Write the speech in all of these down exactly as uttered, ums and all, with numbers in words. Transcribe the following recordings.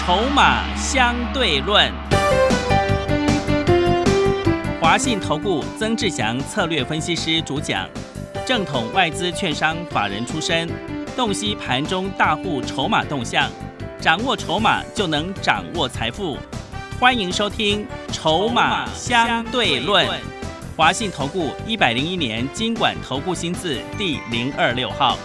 筹码相对论，华信投顾曾志祥策略分析师主讲，正统外资券商法人出身，洞悉盘中大户筹码动向，掌握筹码就能掌握财富。欢迎收听《筹码相对论》，华信投顾一百零一年金管投顾新字第零二六号。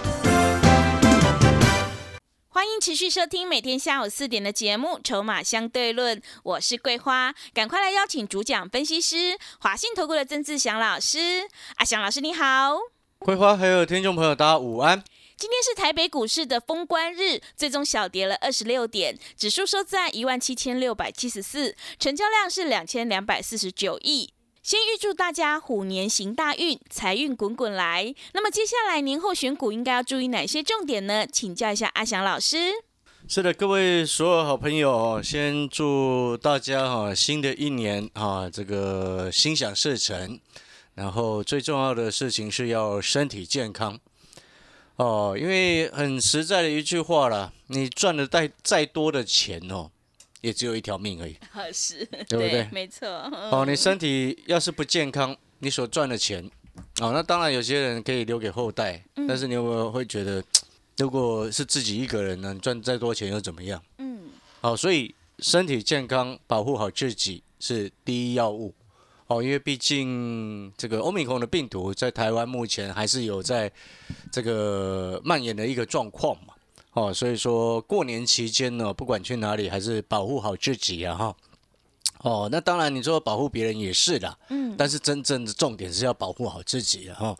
欢迎持续收听每天下午四点的节目《筹码相对论》，我是桂花，赶快来邀请主讲分析师华信投顾的曾志祥老师。阿祥老师你好。 桂花还有听众朋友大家午安。 今天是台北股市的封关日，最终小跌了二十六点，指数收在一万七千六百七十四，成交量是两千两百四十九亿。先预祝大家虎年行大运，财运滚滚来。那么接下来年后选股应该要注意哪些重点呢？请教一下阿翔老师。 是的，各位所有好朋友，先祝大家新的一年这个心想事成，然后最重要的事情是要身体健康哦，因为很实在的一句话啦，你赚了再再多的钱哦，也只有一条命而已， 是， 对不对？ 对，没错。 哦，你身体要是不健康，你所赚的钱，哦，那当然有些人可以留给后代，嗯、但是你有没有会觉得，如果是自己一个人呢，你赚再多钱又怎么样？嗯，好、哦，所以身体健康，保护好自己是第一要务。哦，因为毕竟这个欧米孔的病毒在台湾目前还是有在这个蔓延的一个状况嘛。哦，所以说过年期间呢，不管去哪里，还是保护好自己啊哈。哦，那当然你说保护别人也是啦，嗯，但是真正的重点是要保护好自己啊哈。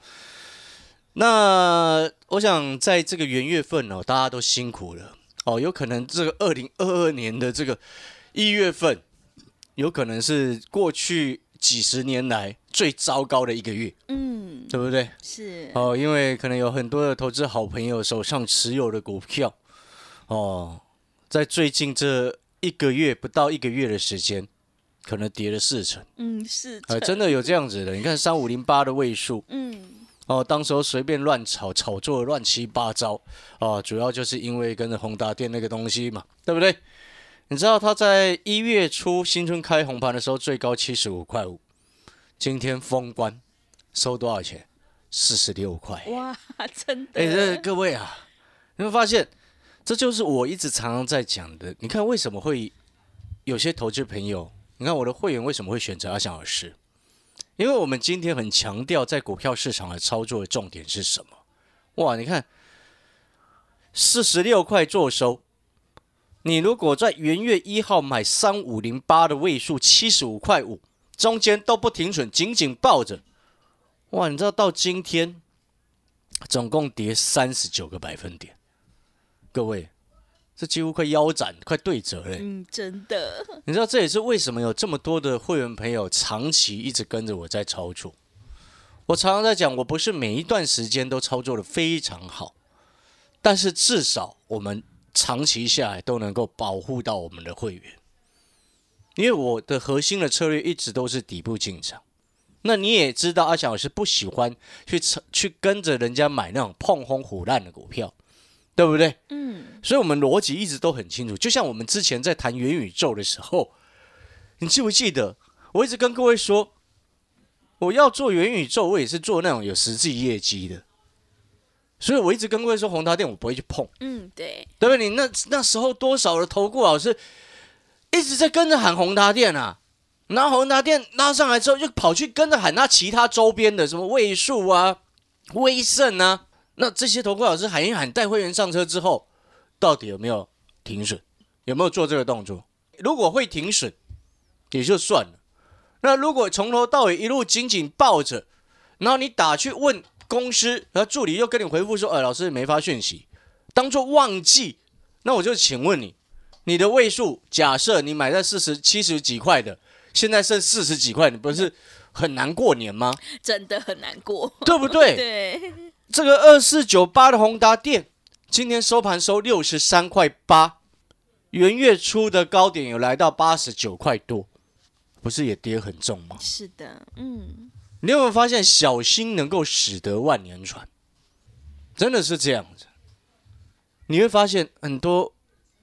那我想在这个元月份哦，大家都辛苦了哦，有可能这个二零二二年的这个一月份，有可能是过去几十年来最糟糕的一个月，嗯，对不对？ 是哦，因为可能有很多的投资好朋友手上持有的股票，哦，在最近这一个月不到一个月的时间，可能跌了四成， 嗯，是， 呃，真的有这样子的。你看三五零八的位数， 嗯， 哦，当时候随便乱炒，炒作乱七八糟，哦，主要就是因为跟着宏达电那个东西嘛，对不对？你知道他在一月初新春开红盘的时候最高七十五块五，今天封关收多少钱？四十六块。 哇，真的！ 哎、欸，这各位啊，你会发现，这就是我一直常常在讲的。你看为什么会有些投资朋友，你看我的会员为什么会选择阿翔老师？因为我们今天很强调在股票市场的操作的重点是什么？哇，你看四十六块做收。你如果在元月一号买三五零八的位数七十五块五，中间都不停损，紧紧抱着，哇！你知道到今天总共跌三十九个百分点，各位，这几乎快腰斩，快对折了。 嗯，真的。 你知道这也是为什么有这么多的会员朋友长期一直跟着我在操作。我常常在讲，我不是每一段时间都操作的非常好，但是至少我们长期下来都能够保护到我们的会员，因为我的核心的策略一直都是底部进场。那你也知道，阿翔老师不喜欢去去跟着人家买那种碰轰虎烂的股票，对不对？嗯。所以我们逻辑一直都很清楚。就像我们之前在谈元宇宙的时候，你记不记得？我一直跟各位说，我要做元宇宙，我也是做那种有实际业绩的。所以我一直跟各位说，宏达电我不会去碰。 嗯，对， 对不对？你那那时候多少的投顾老师一直在跟着喊宏达电啊，然后宏达电拉上来之后，就跑去跟着喊那其他周边的什么位数啊、威盛啊，那这些投顾老师喊一喊，带会员上车之后，到底有没有停损？有没有做这个动作？如果会停损，也就算了。那如果从头到尾一路紧紧抱着，然后你打去问公司，然后助理又跟你回复说：“哎，老师没发讯息，当作忘记。”那我就请问你，你的位数假设你买在四十七十几块的，现在剩四十几块，你不是很难过年吗？ 真的很难过， 对不对？ 对。 这个二四九八的宏达电，今天收盘收六十三块八，元月初的高点有来到八十九块多，不是也跌很重吗？ 是的，嗯。 你有没有发现，小心能够使得万年船，真的是这样子。你会发现很多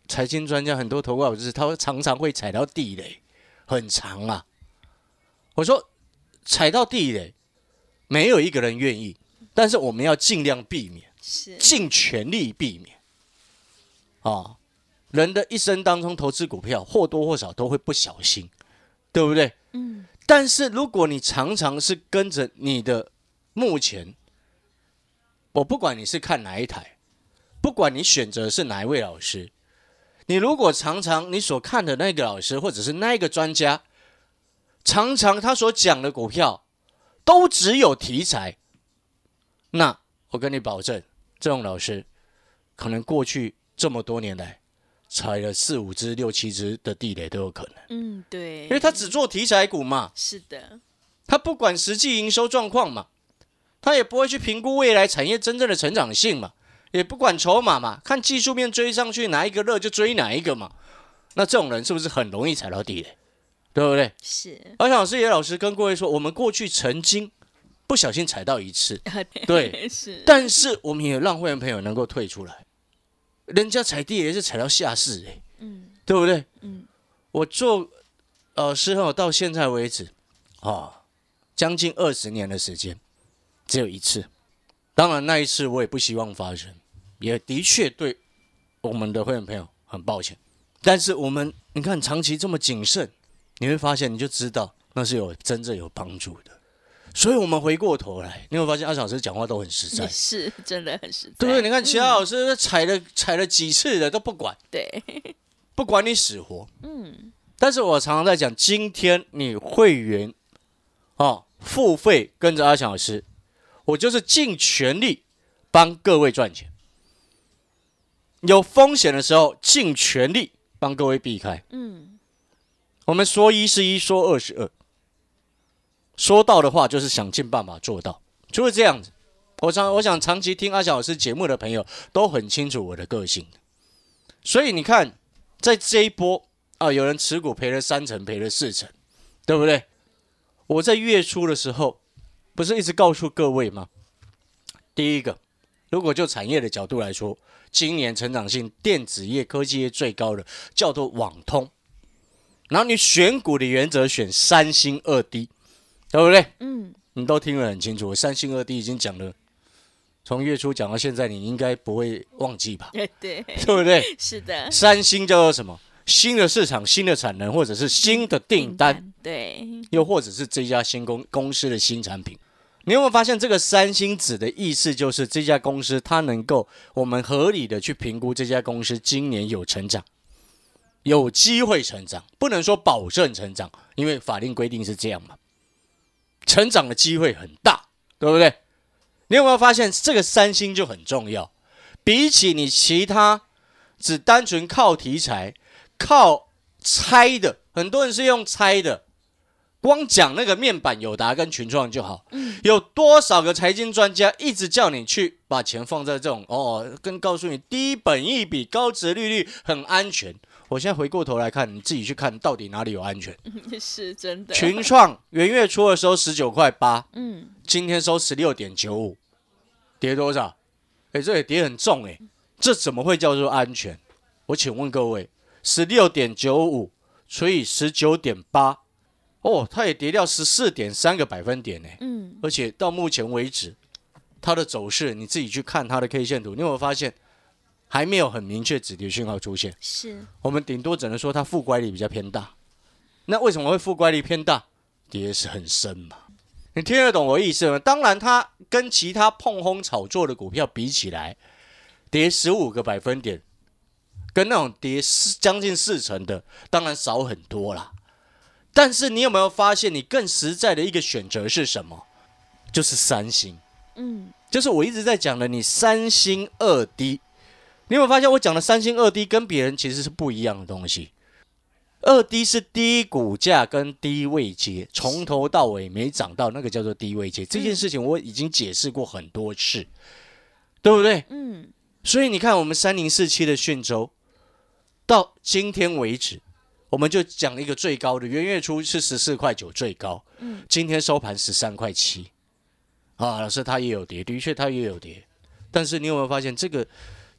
财经专家很多投顾老师，他常常会踩到地雷，很长啊。我说踩到地雷，没有一个人愿意，但是我们要尽量避免，尽全力避免。啊，人的一生当中投资股票或多或少都会不小心，对不对？嗯。但是如果你常常是跟着你的目前，我不管你是看哪一台，不管你选择是哪一位老师，你如果常常你所看的那个老师或者是那一个专家，常常他所讲的股票都只有题材，那我跟你保证，这种老师可能过去这么多年来踩了四五只、六七只的地雷都有可能。 嗯，对， 因为他只做题材股嘛。 是的， 他不管实际营收状况嘛，他也不会去评估未来产业真正的成长性嘛，也不管筹码嘛，看技术面追上去哪一个热就追哪一个嘛。那这种人是不是很容易踩到地雷？对不对？ 是。而且老师也老师跟各位说，我们过去曾经不小心踩到一次，对，是。但是我们也让会员朋友能够退出来。人家踩地雷是踩到下市哎、欸，嗯，对不对？嗯，我做呃师后到现在为止，哦，将近二十年的时间，只有一次。当然那一次我也不希望发生，也的确对我们的会员朋友很抱歉。但是我们你看长期这么谨慎，你会发现你就知道那是有真正有帮助的。所以我们回过头来，你会发现阿小老师讲话都很实在， 是真的很实在。 对不对？你看其他老师踩了、嗯、踩了几次的都不管， 对， 不管你死活。嗯。但是我常常在讲，今天你会员哦付费跟着阿翔老师，我就是尽全力帮各位赚钱。有风险的时候，尽全力帮各位避开。嗯。我们说一是一，说二是二。说到的话就是想尽办法做到，就是这样子。我常我想长期听阿翔老师节目的朋友都很清楚我的个性，所以你看，在这一波啊，有人持股赔了三成，赔了四成，对不对？我在月初的时候，不是一直告诉各位吗？第一个，如果就产业的角度来说，今年成长性电子业、科技业最高的叫做网通，然后你选股的原则选三星二低。对不对？嗯，你都听得很清楚。三星二 D 已经讲了，从月初讲到现在，你应该不会忘记吧？ 对对， 对不对？ 是的。 三星叫做什么？新的市场、新的产能，或者是新的订单， 订单对， 又或者是这家新公公司的新产品。你有没有发现，这个三星指的意思就是这家公司它能够我们合理的去评估这家公司今年有成长，有机会成长，不能说保证成长，因为法令规定是这样嘛。成长的机会很大，对不对？你有没有发现这个三星就很重要？比起你其他只单纯靠题材、靠猜的，很多人是用猜的，光讲那个面板友达跟群创就好。有多少个财经专家一直叫你去把钱放在这种哦，跟告诉你低本益比、高殖利率很安全。我现在回过头来看，你自己去看到底哪里有安全？ 是真的。 群创元月初的时候十九块八，嗯，今天收十六点九五，跌多少？哎，这也跌很重哎，这怎么会叫做安全？我请问各位，十六点九五除以十九点八，哦，它也跌掉十四点三个百分点呢，嗯，而且到目前为止，它的走势你自己去看它的 K 线图，你有没有发现？还没有很明确止跌讯号出现， 是我们顶多只能说它负乖离比较偏大。那为什么会负乖离偏大？跌是很深嘛，你听得懂我意思吗？当然，它跟其他碰轰炒作的股票比起来，跌十五个百分点，跟那种跌将近四成的，当然少很多啦。但是你有没有发现，你更实在的一个选择是什么？就是三星，嗯，就是我一直在讲的，你三星二 D。你有没有发现我讲的三星二 D 跟别人其实是不一样的东西？二 D 是低股价跟低位阶，从头到尾没涨到，那个叫做低位阶。这件事情我已经解释过很多次，对不对？嗯。所以你看，我们三零四七的讯州到今天为止，我们就讲一个最高的，元月初是十四块九最高，嗯，今天收盘十三块七。啊，老师它也有跌，的确它也有跌，但是你有没有发现这个？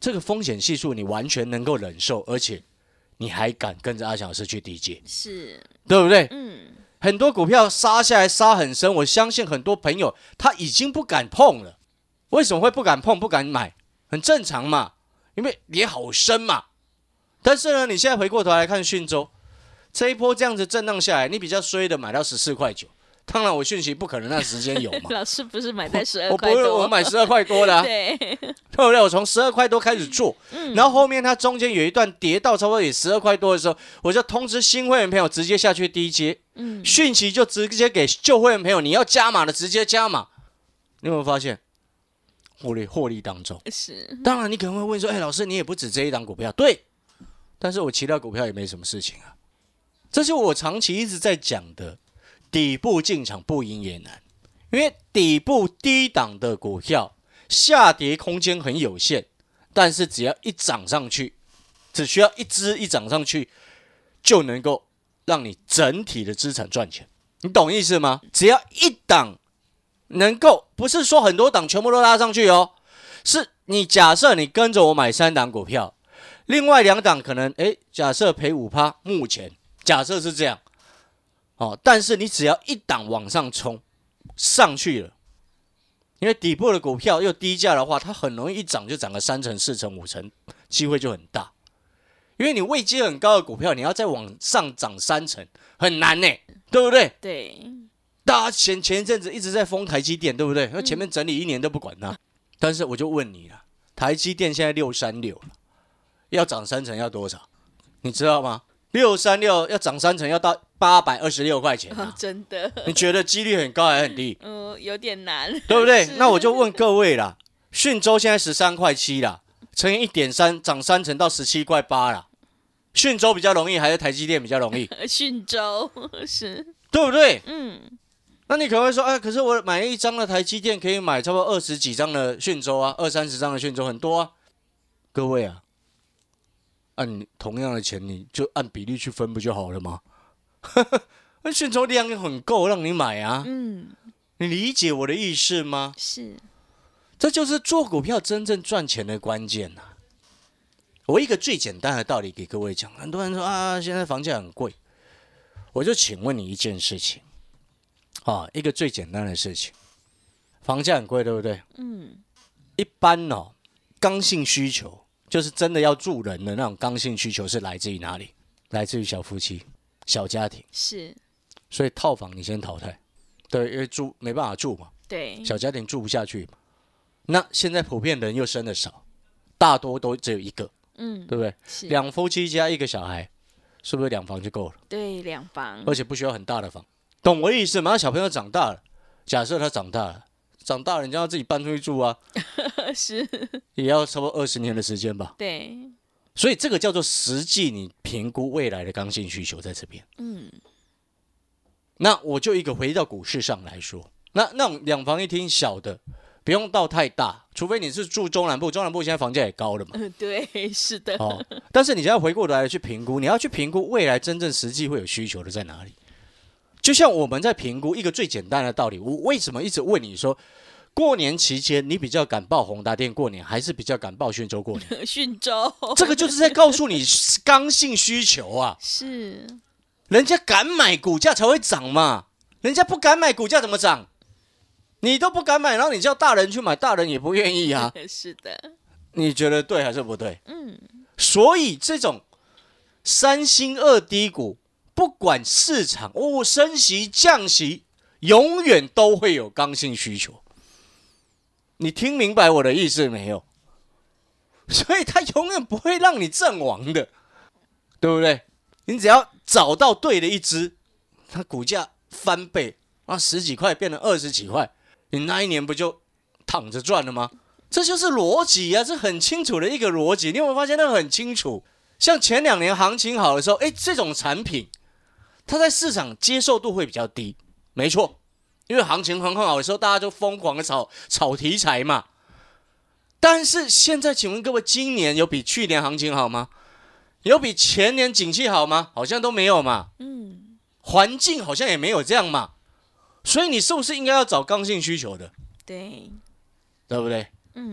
这个风险系数你完全能够忍受，而且你还敢跟着阿翔老师去低接， 是， 对不对？ 嗯， 很多股票杀下来杀很深，我相信很多朋友他已经不敢碰了。为什么会不敢碰、不敢买？很正常嘛，因为跌好深嘛。但是呢，你现在回过头来看讯州，这一波这样子震荡下来，你比较衰的买到十四块九。当然，我讯息不可能那时间有嘛。 老师不是买在十二我不是， 块多， 我买十二块多的、啊， 对， 对不对？我从十二块多开始做，嗯、然后后面它中间有一段跌到差不多也十二块多的时候，我就通知新会员朋友直接下去低接，嗯，讯息就直接给旧会员朋友，你要加码的直接加码。你有没有发现获利获利当中？ 是。 当然，你可能会问说，哎，老师，你也不止这一档股票，对，但是我其他股票也没什么事情啊。这是我长期一直在讲的。底部进场不赢也难，因为底部低档的股票下跌空间很有限，但是只要一涨上去，只需要一只一涨上去，就能够让你整体的资产赚钱。你懂意思吗？只要一档能够，不是说很多档全部都拉上去哦，是你假设你跟着我买三档股票，另外两档可能哎，假设赔 百分之五， 目前假设是这样。哦，但是你只要一档往上冲上去了，因为底部的股票又低价的话，它很容易一涨就涨个三成、四成、五成，机会就很大。因为你位阶很高的股票，你要再往上涨三成很难呢，对不对？ 对。 大家前前一阵子一直在封台积电，对不对？因为前面整理一年都不管它，嗯、但是我就问你了，台积电现在六三六了，要涨三成要多少？你知道吗？六三六要涨三成，要到八百二十六块钱、啊哦、真的？ 你觉得几率很高还是很低？ 嗯、呃，有点难， 对不对？那我就问各位啦，讯州现在十三块七啦，乘以一点三，涨三成到十七块八啦。讯州比较容易，还是台积电比较容易？ 讯州是， 对不对？ 嗯。 那你可能会说，哎，可是我买一张的台积电可以买差不多二十几张的讯州啊，二三十张的讯州很多啊。各位啊。按同样的钱，你就按比例去分不就好了吗？那讯州量很够让你买啊。嗯，你理解我的意思吗？ 是， 这就是做股票真正赚钱的关键呐、啊。我一个最简单的道理给各位讲，很多人说啊，现在房价很贵，我就请问你一件事情啊，一个最简单的事情，房价很贵，对不对？嗯，一般哦，刚性需求。就是真的要住人的那种刚性需求是来自于哪里？来自于小夫妻、小家庭。 是， 所以套房你先淘汰，对，因为住没办法住嘛。 对， 小家庭住不下去嘛。那现在普遍人又生的少，大多都只有一个，嗯，对不对？两夫妻加一个小孩，是不是两房就够了？ 对，两房， 而且不需要很大的房，懂我意思吗？小朋友长大了，假设他长大了。长大了，人家要自己搬出去住啊， 是， 也要差不多二十年的时间吧。 对， 所以这个叫做实际你评估未来的刚性需求在这边。嗯，那我就一个回到股市上来说，那那种两房一厅小的，不用到太大，除非你是住中南部，中南部现在房价也高了嘛。 嗯，对，是的。 哦，但是你现在回过头来去评估，你要去评估未来真正实际会有需求的在哪里。就像我们在评估一个最简单的道理，我为什么一直问你说，过年期间你比较敢报宏达电过年，还是比较敢报讯州过年？ 讯州， 这个就是在告诉你刚性需求啊。 是， 人家敢买，股价才会涨嘛。人家不敢买，股价怎么涨？你都不敢买，然后你叫大人去买，大人也不愿意啊。 是的， 你觉得对还是不对？ 嗯， 所以这种三星二低股。不管市场哦升息降息，永远都会有刚性需求。你听明白我的意思没有？所以它永远不会让你阵亡的，对不对？你只要找到对的一只，它股价翻倍，啊十几块变成二十几块，你那一年不就躺着赚了吗？这就是逻辑啊，这很清楚的一个逻辑。你有没有发现那个很清楚？像前两年行情好的时候，哎，这种产品。它在市场接受度会比较低，没错，因为行情很好的时候，大家就疯狂的炒炒题材嘛。但是现在，请问各位，今年有比去年行情好吗？有比前年景气好吗？好像都没有嘛。嗯，环境好像也没有这样嘛。所以你是不是应该要找刚性需求的？ 对， 对不对？ 嗯，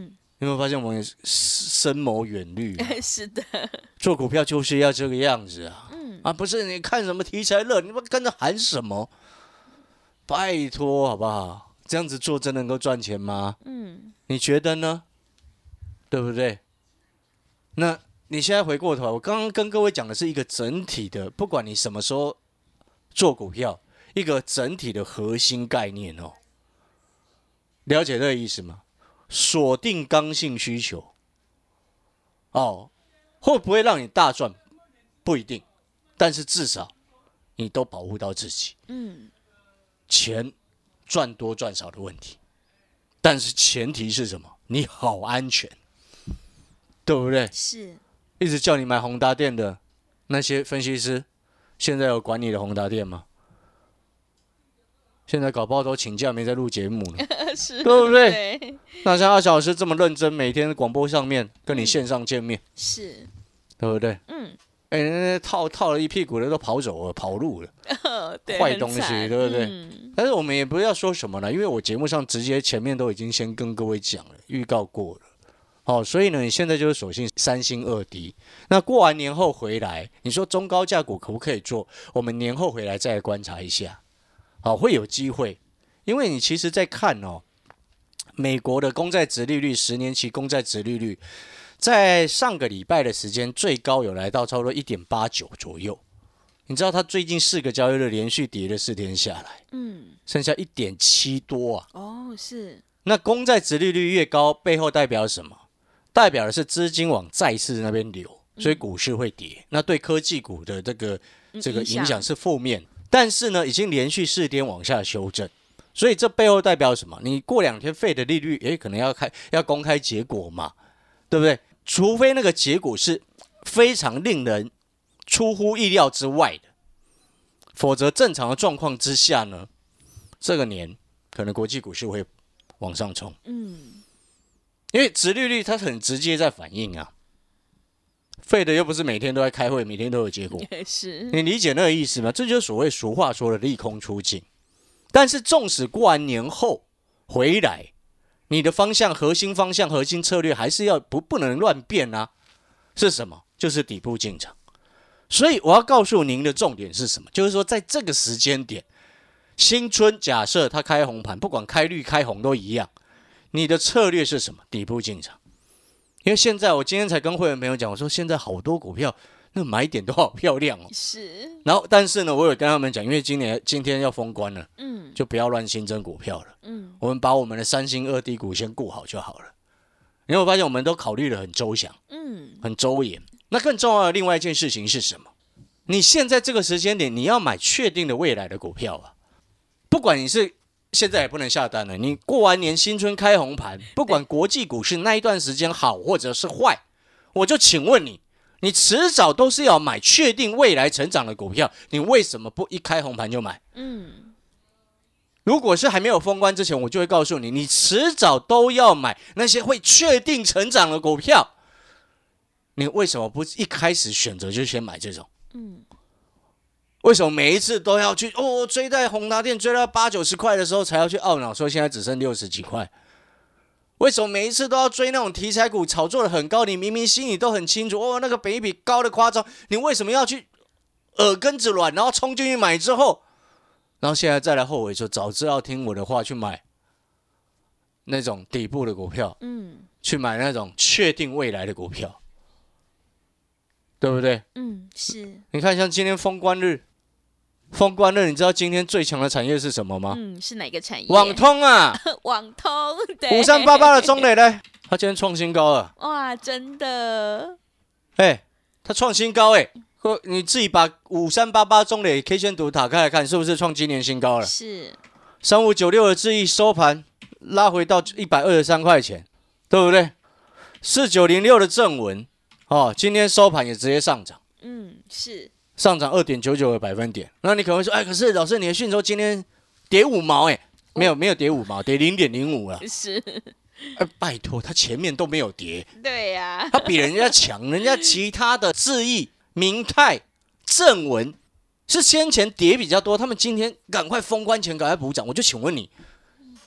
有没有发现我们深谋远虑、啊？ 是的， 做股票就是要这个样子啊！嗯、啊，不是你看什么题材热，你们跟着喊什么？拜托好不好？这样子做真的能够赚钱吗？嗯，你觉得呢？对不对？那你现在回过头来，我刚刚跟各位讲的是一个整体的，不管你什么时候做股票，一个整体的核心概念哦。了解这个意思吗？锁定刚性需求，哦，会不会让你大赚？不一定，但是至少你都保护到自己。嗯，钱赚多赚少的问题，但是前提是什么？你好安全，对不对？ 是， 一直叫你买宏达电的那些分析师，现在有管你的宏达电吗？现在搞不好都请假没在录节目了， 是， 对不对？ 对， 那像阿小老师这么认真，每天广播上面跟你线上见面，嗯、 是， 对不对？嗯，哎、欸，套套了一屁股的都跑走了，跑路了， 哦、 坏东西，对不对？ 嗯、 但是我们也不要说什么了，因为我节目上直接前面都已经先跟各位讲了，预告过了。哦，所以呢，你现在就是索性三星二低。那过完年后回来，你说中高价股可不可以做？我们年后回来再来观察一下。好，会有机会，因为你其实在看哦，美国的公债殖利率，十年期公债殖利率，在上个礼拜的时间最高有来到差不多 一点八九 左右。你知道它最近四个交易日连续跌了四天下来，嗯，剩下 一点七 多啊。 哦，是。那公债殖利率越高，背后代表什么？代表的是资金往债市那边流，所以股市会跌。嗯、那对科技股的这个这个影响是负面。但是呢，已经连续四天往下修正，所以这背后代表什么？你过两天费的利率，诶，可能要开要公开结果嘛，对不对？除非那个结果是非常令人出乎意料之外的，否则正常的状况之下呢，这个年可能国际股市会往上冲。嗯，因为殖利率它很直接在反映啊。费的又不是每天都在开会，每天都有结果， 是你理解那个意思吗？这就是所谓俗话说的利空出尽。但是纵使过完年后回来，你的方向、核心方向、核心策略还是要不不能乱变啊。是什么？就是底部进场。所以我要告诉您的重点是什么？就是说在这个时间点，新春假设它开红盘，不管开绿开红都一样，你的策略是什么？底部进场。因为现在我今天才跟会员朋友讲，我说现在好多股票那买点都好漂亮哦。 是。然后但是呢，我有跟他们讲，因为今年今天要封关了，嗯，就不要乱新增股票了，嗯，我们把我们的三星二低股先顾好就好了。因为我发现我们都考虑得很周详，嗯，很周延。那更重要的另外一件事情是什么？你现在这个时间点，你要买确定的未来的股票啊，不管你是。现在也不能下单了。你过完年新春开红盘，不管国际股市那一段时间好或者是坏，我就请问你，你迟早都是要买确定未来成长的股票，你为什么不一开红盘就买？嗯，如果是还没有封关之前，我就会告诉你，你迟早都要买那些会确定成长的股票，你为什么不一开始选择就先买这种？嗯。为什么每一次都要去哦追在宏达电追到八九十块的时候才要去懊恼说现在只剩六十几块？为什么每一次都要追那种题材股炒作的很高？你明明心里都很清楚哦，那个本益比高的夸张，你为什么要去耳根子软，然后冲进去买之后，然后现在再来后悔说早知道听我的话去买那种底部的股票，嗯，去买那种确定未来的股票，对不对？嗯，是。你看像今天封关日。封关日，你知道今天最强的产业是什么吗？ 嗯，是哪个产业？ 网通啊， 网通，对， 五三八八的中磊呢，它今天创新高了。 哇，真的！ 哎、欸，它创新高哎、欸，你自己把五三八八中磊 K 线图打开来看，是不是创今年新高了？ 是。 三五九六的智毅收盘拉回到一百二十三块钱，对不对？四九零六的正文哦，今天收盘也直接上涨。 嗯，是。 上涨 二点九九 个百分点，那你可能会说，哎，可是老师你的讯说今天跌五毛，哎，没有没有跌五毛，跌 零点零五 了。 是， 哎，拜托，他前面都没有跌， 对呀、啊， 他比人家强，人家其他的智毅、明泰、正文是先前跌比较多，他们今天赶快封关前赶快补涨，我就请问你，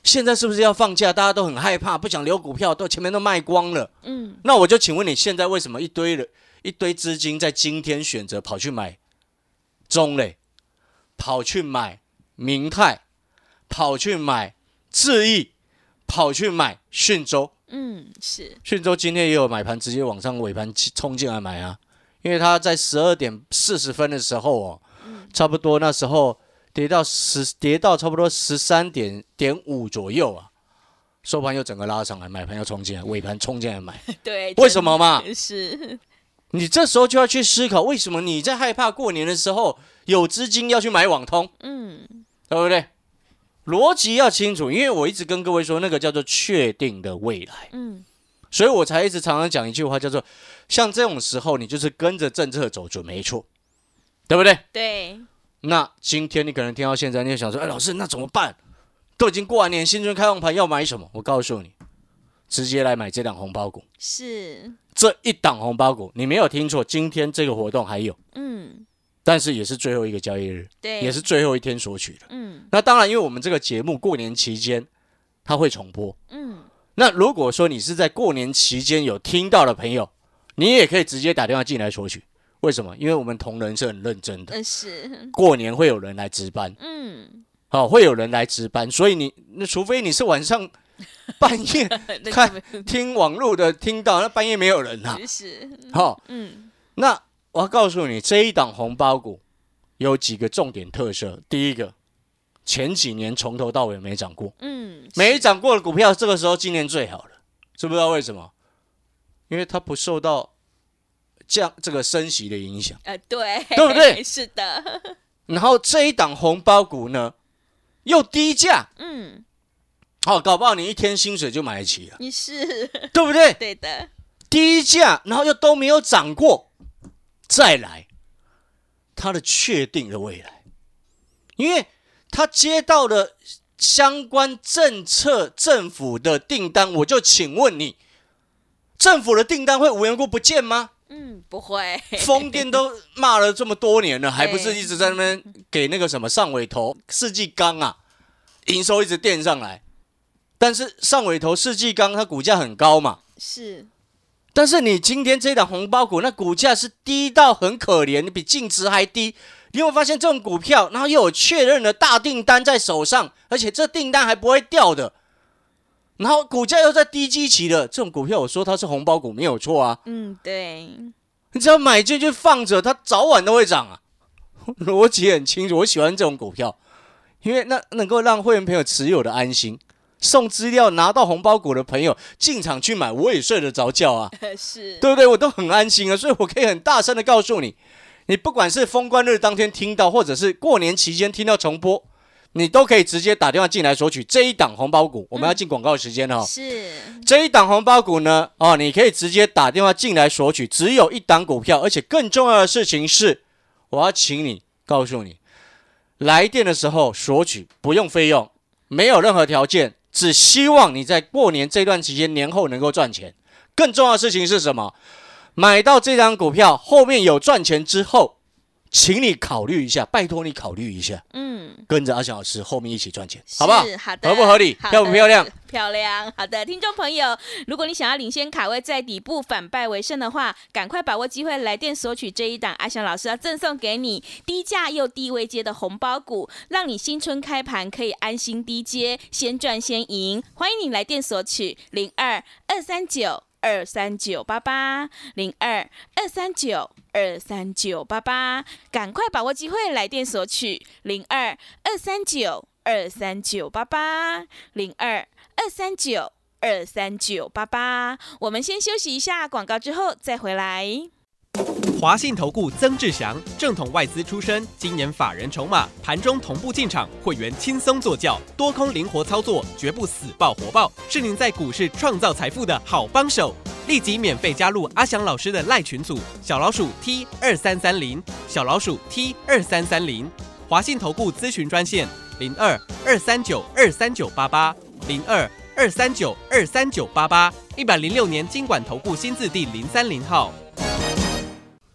现在是不是要放假？大家都很害怕，不想留股票，都前面都卖光了。 嗯， 那我就请问你，现在为什么一堆人一堆资金在今天选择跑去买中磊，跑去买明泰，跑去买智毅，跑去买讯州？ 嗯，是讯州今天也有买盘，直接往上尾盘冲进来买啊，因为它在十二点四十分的时候哦，嗯、差不多那时候跌到十跌到差不多十三点点五左右啊，收盘又整个拉上来，买盘又冲进来，尾盘冲进来买， 对， 为什么嘛？ 是， 你这时候就要去思考，为什么你在害怕过年的时候有资金要去买网通？嗯，对不对？逻辑要清楚，因为我一直跟各位说，那个叫做确定的未来。嗯，所以我才一直常常讲一句话，叫做像这种时候，你就是跟着政策走准没错，对不对？ 对。 那今天你可能听到现在，你就想说，哎，老师，那怎么办？都已经过完年，新春开放盘要买什么？我告诉你，直接来买这档红包股。 是。 这一档红包股，你没有听错，今天这个活动还有。嗯。但是也是最后一个交易日， 对， 也是最后一天索取的。嗯，那当然，因为我们这个节目过年期间它会重播。嗯，那如果说你是在过年期间有听到的朋友，你也可以直接打电话进来索取。为什么？因为我们同仁是很认真的。 嗯，是。过年会有人来值班。嗯，好、哦，会有人来值班，所以你那除非你是晚上半夜看听网络的听到，那半夜没有人啊。 是。 好、哦，嗯，那。我要告诉你，这一档红包股有几个重点特色。第一个，前几年从头到尾没涨过，嗯，没涨过的股票，这个时候今年最好了，知不知道为什么？因为它不受到降这个升息的影响， 呃，对， 对不对？ 是的。 然后这一档红包股呢，又低价，嗯，好、哦，搞不好你一天薪水就买得起了， 你是对不对？ 对的， 低价，然后又都没有涨过。再来，它的确定的未来，因为他接到了相关政策政府的订单，我就请问你，政府的订单会无缘故不见吗？ 嗯，不会。 风电都骂了这么多年了，还不是一直在那边给那个什么上尾头世纪钢啊，营收一直垫上来，但是上尾头世纪钢它股价很高嘛， 是。 但是你今天这档红包股，那股价是低到很可怜，你比净值还低。你有没有发现这种股票，然后又有确认的大订单在手上，而且这订单还不会掉的，然后股价又在低基期的这种股票，我说它是红包股没有错啊。 嗯，对。 你只要买进去放着，它早晚都会涨啊。逻辑很清楚，我喜欢这种股票，因为那能够让会员朋友持有的安心。送资料拿到红包股的朋友进场去买，我也睡得着觉啊， 是， 对不对？我都很安心啊，所以我可以很大声的告诉你，你不管是封关日当天听到，或者是过年期间听到重播，你都可以直接打电话进来索取这一档红包股。我们要进广告的时间哦， 是这一档红包股呢，哦，你可以直接打电话进来索取，只有一档股票，而且更重要的事情是，我要请你告诉你，来电的时候索取不用费用，没有任何条件。只希望你在过年这段期间年后能够赚钱。更重要的事情是什么？买到这张股票后面有赚钱之后，请你考虑一下，拜托你考虑一下，嗯，跟着阿翔老师后面一起赚钱，好不好？ 好的， 合不合理？漂不漂亮？ 漂亮。好的，听众朋友，如果你想要领先卡位在底部反败为胜的话，赶快把握机会来电索取这一档阿翔老师要赠送给你低价又低位接的红包股，让你新春开盘可以安心低接，先赚先赢。欢迎你来电索取零二二三九二三九八八零二二三九二三九八八，赶快把握机会来电索取零二二三九二三九八八零二二三九二三九八八。我们先休息一下广告，之后再回来。 华信投顾曾志祥，正统外资出身，今年法人筹码，盘中同步进场，会员轻松做教，多空灵活操作，绝不死抱活抱，是您在股市创造财富的好帮手。立即免费加入阿翔老师的赖群组，小老鼠 T 二三三零，小老鼠 T 二三三零。华信投顾咨询专线零二二三九二三九八八零二二三九二三九八八，一百零六年金管投顾新字第零三零号。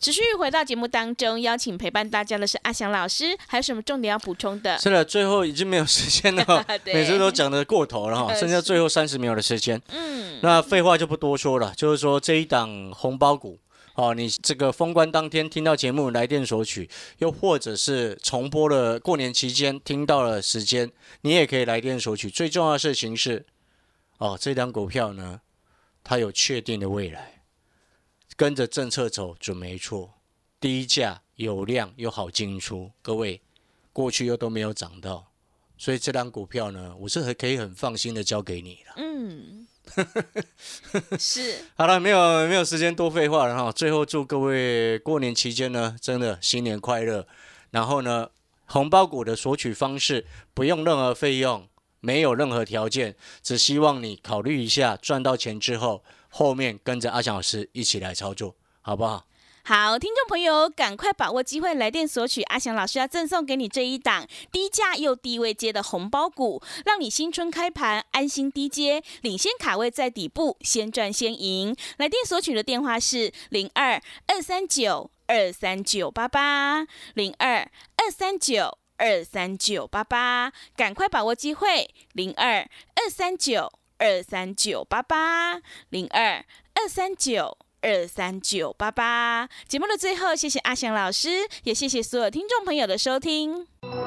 持续回到节目当中，邀请陪伴大家的是阿翔老师，还有什么重点要补充的？ 是的，最后已经没有时间了，每次都讲得过头了哈，剩下最后三十秒的时间。嗯，那废话就不多说了，就是说这一档红包股。哦，你这个封关当天听到节目来电索取，又或者是重播了过年期间听到了时间，你也可以来电索取。最重要的事情是，哦，这档股票呢，它有确定的未来，跟着政策走准没错，低价有量又好进出。各位，过去又都没有涨到，所以这档股票呢，我是可以很放心的交给你了。嗯。 是， 好了，没有没有时间多废话了哈。最后祝各位过年期间呢，真的新年快乐。然后呢，红包股的索取方式不用任何费用，没有任何条件，只希望你考虑一下，赚到钱之后，后面跟着阿翔老师一起来操作，好不好？ 好，听众朋友，赶快把握机会，来电索取阿翔老师要赠送给你这一档低价又低位接的红包股，让你新春开盘安心低接，领先卡位在底部，先赚先赢。来电索取的电话是零二二三九二三九八八零二二三九二三九八八，赶快把握机会，零二二三九二三九八八零二二三九。二三九八八。节目的最后，谢谢阿翔老师，也谢谢所有听众朋友的收听。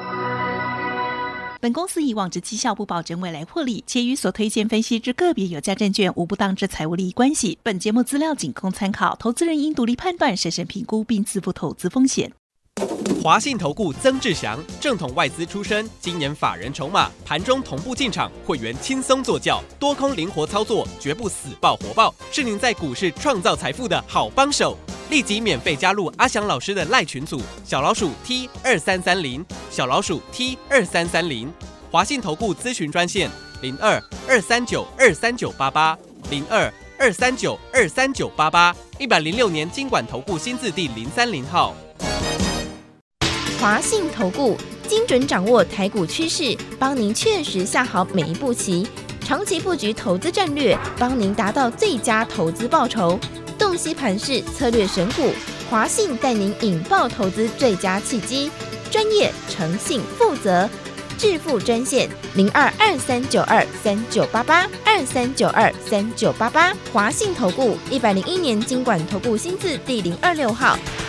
本公司以往之绩效不保证未来获利，且与所推荐分析之个别有价证券无不当之财务利益关系。本节目资料仅供参考，投资人应独立判断、审慎评估并自负投资风险。 华信投顾曾志祥，正统外资出身，今年法人筹码，盘中同步进场，会员轻松做教，多空灵活操作，绝不死抱活抱，是您在股市创造财富的好帮手。立即免费加入阿翔老师的赖群组，小老鼠 T 二三三零，小老鼠 T 二三三零。华信投顾咨询专线零二二三九二三九八八零二二三九二三九八八，一百零六年金管投顾新字第零三零号。 华信投顾精准掌握台股趋势，帮您确实下好每一步棋，长期布局投资战略，帮您达到最佳投资报酬。洞悉盘势，策略选股，华信带您引爆投资最佳契机，专业、诚信、负责，致富专线零二二三九二三九八八二三九二三九八八。华信投顾一百零一年金管投顾新字第零二六号。